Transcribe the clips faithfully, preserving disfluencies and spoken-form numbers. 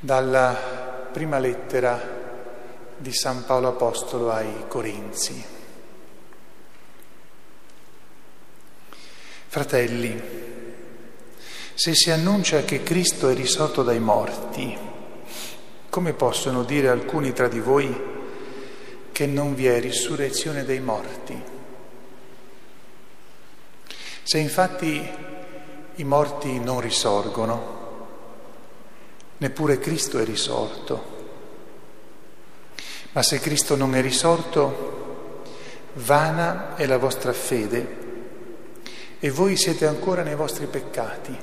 Dalla prima lettera di San Paolo Apostolo ai Corinzi. Fratelli, se si annuncia che Cristo è risorto dai morti, come possono dire alcuni tra di voi che non vi è risurrezione dei morti? Se infatti i morti non risorgono, neppure Cristo è risorto. Ma se Cristo non è risorto, vana è la vostra fede e voi siete ancora nei vostri peccati.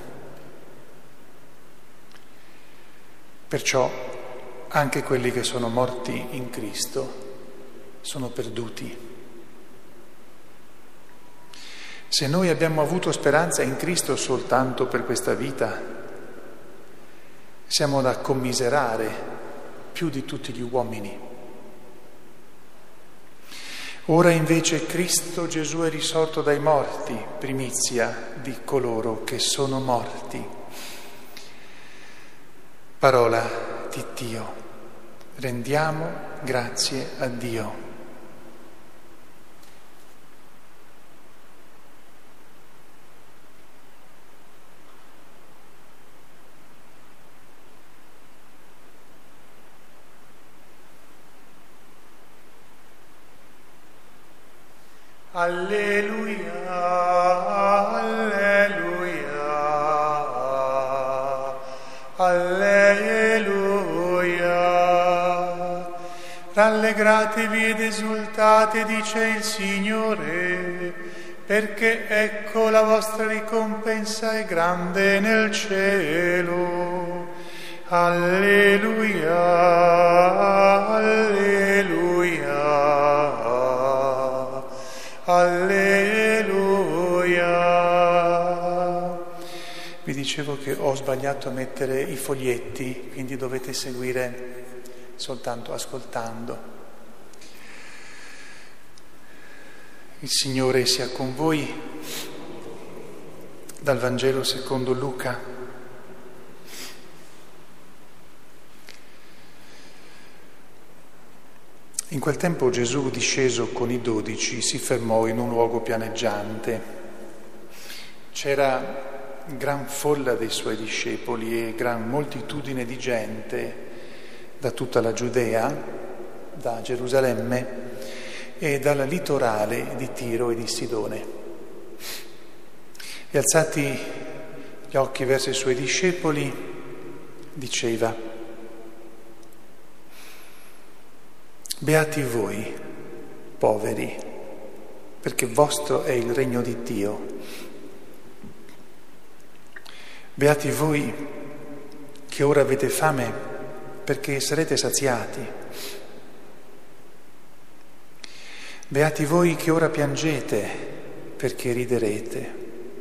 Perciò anche quelli che sono morti in Cristo sono perduti. Se noi abbiamo avuto speranza in Cristo soltanto per questa vita, siamo da commiserare più di tutti gli uomini. Ora invece Cristo Gesù è risorto dai morti, primizia di coloro che sono morti. Parola di Dio. Rendiamo grazie a Dio. Alleluia, alleluia, alleluia. Rallegratevi ed esultate, dice il Signore, perché ecco la vostra ricompensa è grande nel cielo. Alleluia, alleluia. Alleluia. Vi dicevo che ho sbagliato a mettere i foglietti, quindi dovete seguire soltanto ascoltando. Il Signore sia con voi. Dal Vangelo secondo Luca. In quel tempo Gesù, disceso con i dodici, si fermò in un luogo pianeggiante. C'era gran folla dei suoi discepoli e gran moltitudine di gente da tutta la Giudea, da Gerusalemme e dal litorale di Tiro e di Sidone. E alzati gli occhi verso i suoi discepoli, diceva: Beati voi, poveri, perché vostro è il regno di Dio. Beati voi che ora avete fame, perché sarete saziati. Beati voi che ora piangete, perché riderete.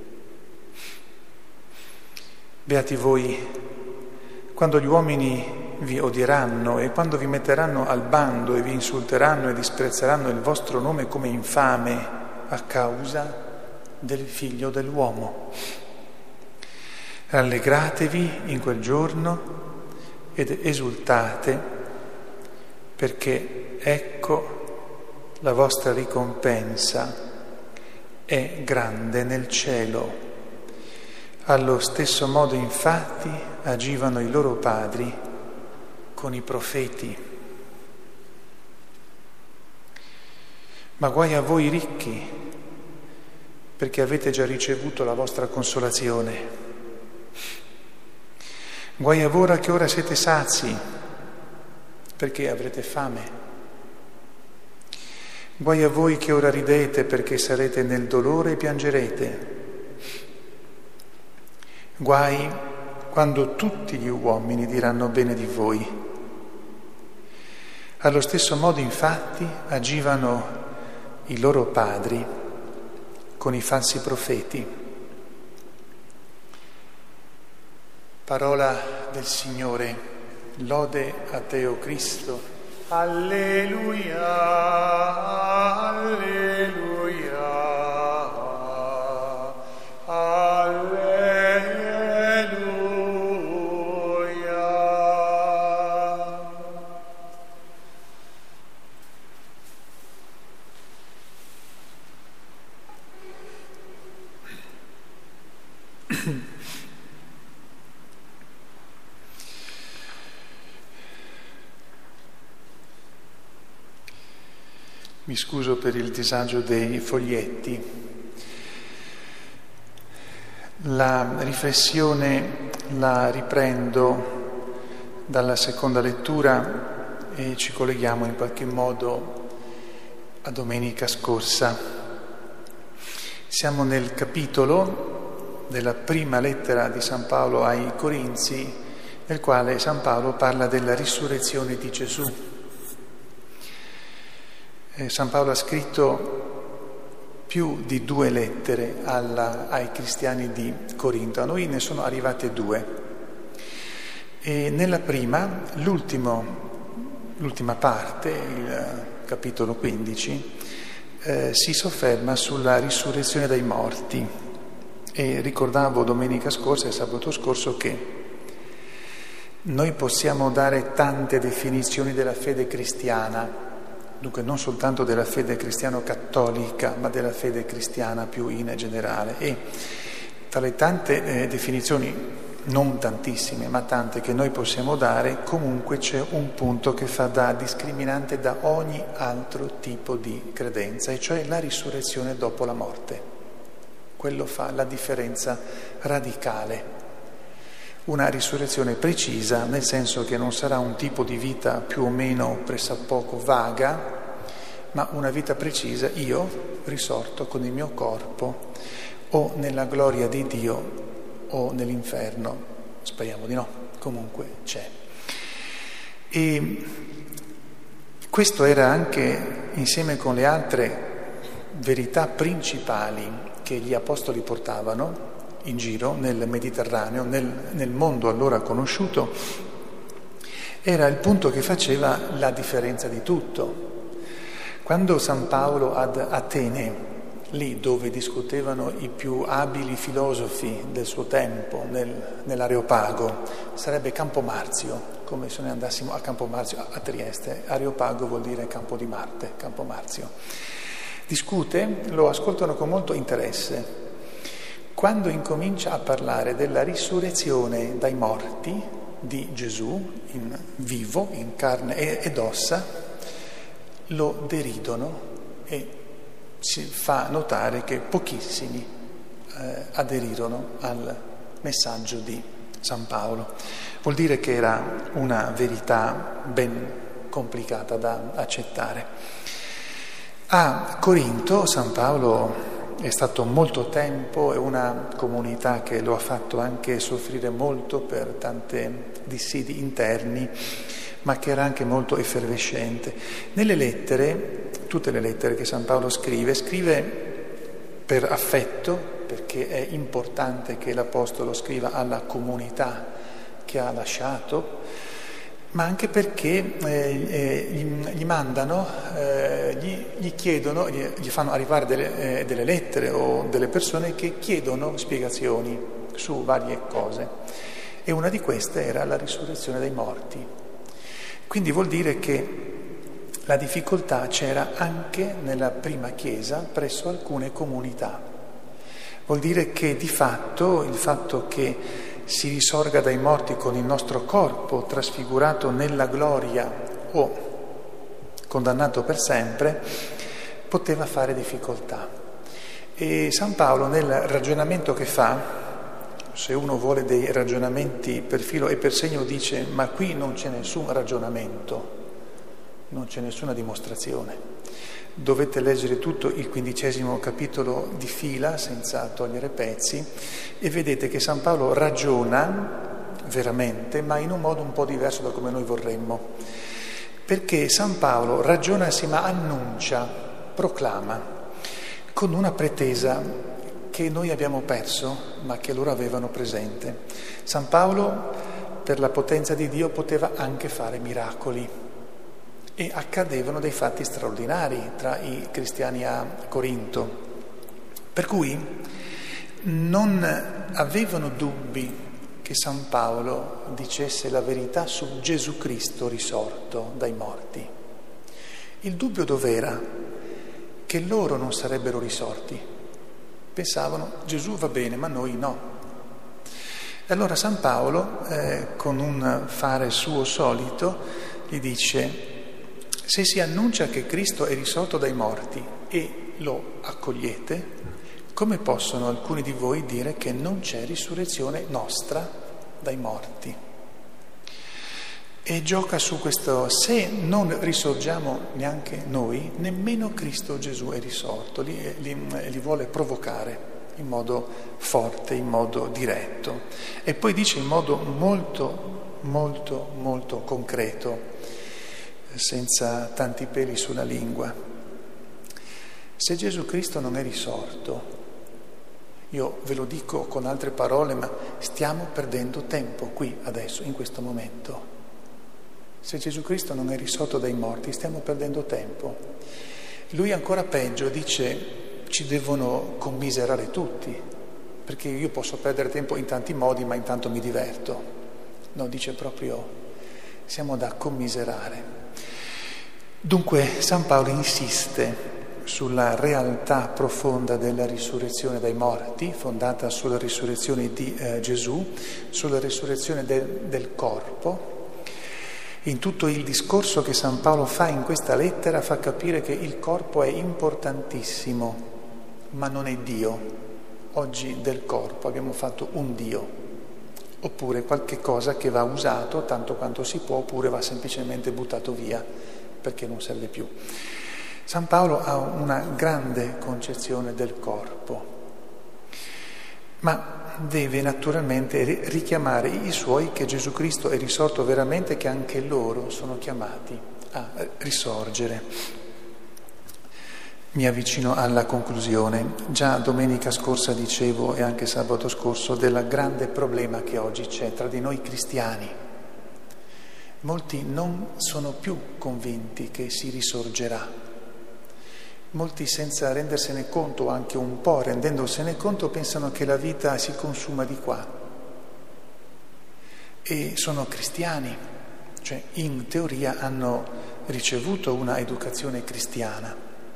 Beati voi quando gli uomini vi odieranno e quando vi metteranno al bando e vi insulteranno e disprezzeranno il vostro nome come infame a causa del Figlio dell'uomo. Rallegratevi in quel giorno ed esultate, perché ecco la vostra ricompensa è grande nel cielo. Allo stesso modo infatti agivano i loro padri con i profeti. Ma guai a voi ricchi, perché avete già ricevuto la vostra consolazione. Guai a voi che ora siete sazi, perché avrete fame. Guai a voi che ora ridete, perché sarete nel dolore e piangerete. Guai quando tutti gli uomini diranno bene di voi. Allo stesso modo, infatti, agivano i loro padri con i falsi profeti. Parola del Signore. Lode a te, o Cristo. Alleluia, alleluia, alleluia. Mi scuso per il disagio dei foglietti. La riflessione la riprendo dalla seconda lettura e ci colleghiamo in qualche modo a domenica scorsa. Siamo nel capitolo della prima lettera di San Paolo ai Corinzi, nel quale San Paolo parla della risurrezione di Gesù. San Paolo ha scritto più di due lettere alla, ai cristiani di Corinto, a noi ne sono arrivate due. E nella prima, l'ultimo, l'ultima parte, il capitolo quindici, eh, si sofferma sulla risurrezione dai morti. E ricordavo domenica scorsa e sabato scorso che noi possiamo dare tante definizioni della fede cristiana, dunque non soltanto della fede cristiano-cattolica, ma della fede cristiana più in generale. E tra le tante eh, definizioni, non tantissime, ma tante che noi possiamo dare, comunque c'è un punto che fa da discriminante da ogni altro tipo di credenza, e cioè la risurrezione dopo la morte. Quello fa la differenza radicale. Una risurrezione precisa, nel senso che non sarà un tipo di vita più o meno pressappoco vaga, ma una vita precisa, io risorto con il mio corpo o nella gloria di Dio o nell'inferno, speriamo di no, comunque c'è. E questo era anche, insieme con le altre verità principali che gli apostoli portavano in giro nel Mediterraneo, nel, nel mondo allora conosciuto, era il punto che faceva la differenza di tutto. Quando San Paolo ad Atene, lì dove discutevano i più abili filosofi del suo tempo, nel, nell'Areopago, sarebbe Campo Marzio, come se noi andassimo a Campo Marzio a Trieste. Areopago vuol dire campo di Marte, Campo Marzio. Discute, lo ascoltano con molto interesse. Quando incomincia a parlare della risurrezione dai morti di Gesù, in vivo, in carne ed ossa, lo deridono e si fa notare che pochissimi eh, aderirono al messaggio di San Paolo. Vuol dire che era una verità ben complicata da accettare. A Corinto San Paolo è stato molto tempo, è una comunità che lo ha fatto anche soffrire molto per tanti dissidi interni, ma che era anche molto effervescente. Nelle lettere, tutte le lettere che San Paolo scrive, scrive per affetto, perché è importante che l'Apostolo scriva alla comunità che ha lasciato, ma anche perché eh, eh, gli, gli mandano, eh, gli, gli chiedono, gli, gli fanno arrivare delle, eh, delle lettere o delle persone che chiedono spiegazioni su varie cose. E una di queste era la risurrezione dei morti. Quindi vuol dire che la difficoltà c'era anche nella prima Chiesa presso alcune comunità. Vuol dire che di fatto il fatto che si risorga dai morti con il nostro corpo trasfigurato nella gloria o condannato per sempre, poteva fare difficoltà. E San Paolo nel ragionamento che fa, se uno vuole dei ragionamenti per filo e per segno, dice: ma qui non c'è nessun ragionamento, non c'è nessuna dimostrazione. Dovete leggere tutto il quindicesimo capitolo di fila senza togliere pezzi e vedete che San Paolo ragiona veramente, ma in un modo un po' diverso da come noi vorremmo, perché San Paolo ragiona sì, ma annuncia, proclama, con una pretesa che noi abbiamo perso, ma che loro avevano presente. San Paolo, per la potenza di Dio, poteva anche fare miracoli. E accadevano dei fatti straordinari tra i cristiani a Corinto, per cui non avevano dubbi che San Paolo dicesse la verità su Gesù Cristo risorto dai morti. Il dubbio dov'era? Che loro non sarebbero risorti. Pensavano: Gesù va bene, ma noi no. E allora San Paolo, eh, con un fare suo solito, gli dice: Se si annuncia che Cristo è risorto dai morti e lo accogliete, come possono alcuni di voi dire che non c'è risurrezione nostra dai morti? E gioca su questo: se non risorgiamo neanche noi, nemmeno Cristo Gesù è risorto. Li, li, li vuole provocare in modo forte, in modo diretto. E poi dice in modo molto, molto, molto concreto, senza tanti peli sulla lingua: se Gesù Cristo non è risorto, io ve lo dico con altre parole, ma stiamo perdendo tempo qui, adesso, in questo momento. Se Gesù Cristo non è risorto dai morti, stiamo perdendo tempo. Lui ancora peggio dice: ci devono commiserare tutti, perché io posso perdere tempo in tanti modi, ma intanto mi diverto. No, dice proprio: siamo da commiserare. Dunque San Paolo insiste sulla realtà profonda della risurrezione dai morti, fondata sulla risurrezione di eh, Gesù, sulla risurrezione del, del corpo. In tutto il discorso che San Paolo fa in questa lettera fa capire che il corpo è importantissimo, ma non è Dio. Oggi del corpo abbiamo fatto un Dio, oppure qualche cosa che va usato tanto quanto si può, oppure va semplicemente buttato via perché non serve più. San Paolo ha una grande concezione del corpo, ma deve naturalmente richiamare i suoi che Gesù Cristo è risorto veramente, che anche loro sono chiamati a risorgere. Mi avvicino alla conclusione. Già domenica scorsa dicevo, e anche sabato scorso, del grande problema che oggi c'è tra di noi cristiani. Molti non sono più convinti che si risorgerà. Molti, senza rendersene conto, o anche un po' rendendosene conto, pensano che la vita si consuma di qua. E sono cristiani, cioè in teoria hanno ricevuto una educazione cristiana.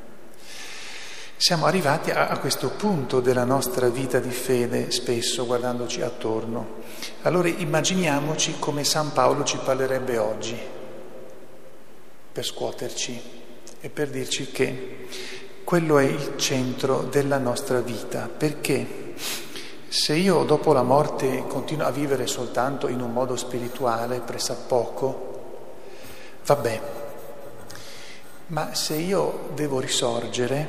Siamo arrivati a, a questo punto della nostra vita di fede, spesso guardandoci attorno. Allora immaginiamoci come San Paolo ci parlerebbe oggi, per scuoterci e per dirci che quello è il centro della nostra vita, perché se io dopo la morte continuo a vivere soltanto in un modo spirituale, pressappoco, vabbè, ma se io devo risorgere,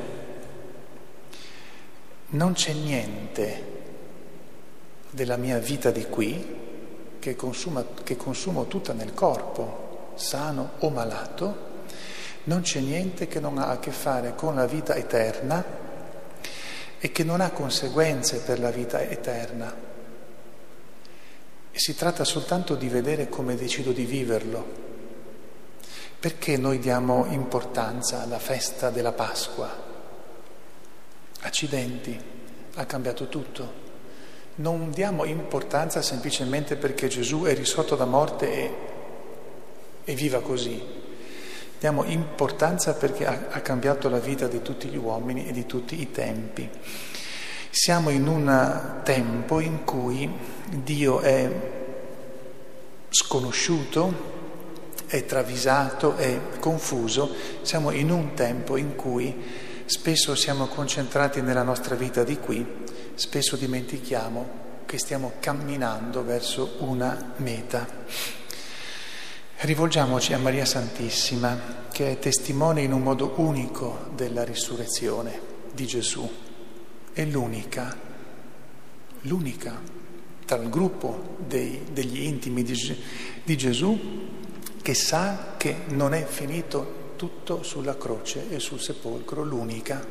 non c'è niente della mia vita di qui che, consuma, che consumo tutta nel corpo, sano o malato. Non c'è niente che non ha a che fare con la vita eterna e che non ha conseguenze per la vita eterna. E si tratta soltanto di vedere come decido di viverlo. Perché noi diamo importanza alla festa della Pasqua? Accidenti, ha cambiato tutto. Non diamo importanza semplicemente perché Gesù è risorto da morte e, e viva così. Diamo importanza perché ha, ha cambiato la vita di tutti gli uomini e di tutti i tempi. Siamo in un tempo in cui Dio è sconosciuto, è travisato, è confuso. Siamo in un tempo in cui spesso siamo concentrati nella nostra vita di qui, spesso dimentichiamo che stiamo camminando verso una meta. Rivolgiamoci a Maria Santissima, che è testimone in un modo unico della risurrezione di Gesù. È l'unica, l'unica tra il gruppo dei, degli intimi di, di Gesù che sa che non è finito tutto sulla croce e sul sepolcro, l'unica.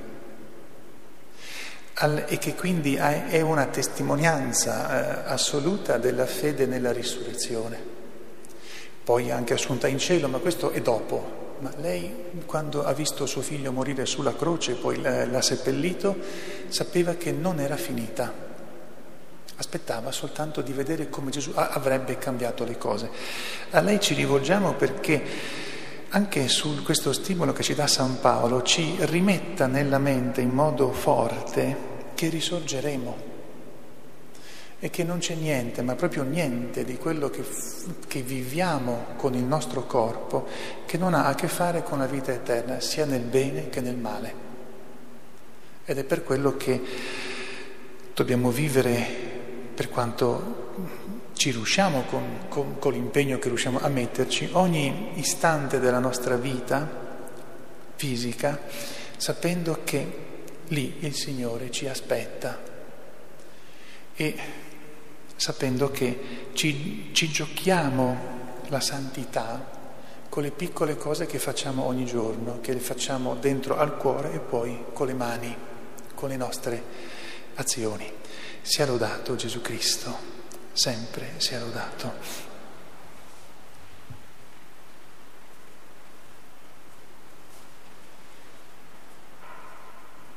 Al, e che quindi è una testimonianza eh, assoluta della fede nella risurrezione. Poi anche assunta in cielo, ma questo è dopo. Ma lei, quando ha visto suo figlio morire sulla croce e poi l'ha seppellito, sapeva che non era finita. Aspettava soltanto di vedere come Gesù avrebbe cambiato le cose. A lei ci rivolgiamo perché anche su questo stimolo che ci dà San Paolo ci rimetta nella mente in modo forte che risorgeremo. e che non c'è niente, ma proprio niente di quello che, che viviamo con il nostro corpo che non ha a che fare con la vita eterna, sia nel bene che nel male. Ed è per quello che dobbiamo vivere, per quanto ci riusciamo, con, con, con l'impegno che riusciamo a metterci, ogni istante della nostra vita fisica, sapendo che lì il Signore ci aspetta e sapendo che ci, ci giochiamo la santità con le piccole cose che facciamo ogni giorno, che le facciamo dentro al cuore e poi con le mani, con le nostre azioni. Sia lodato Gesù Cristo, sempre sia lodato.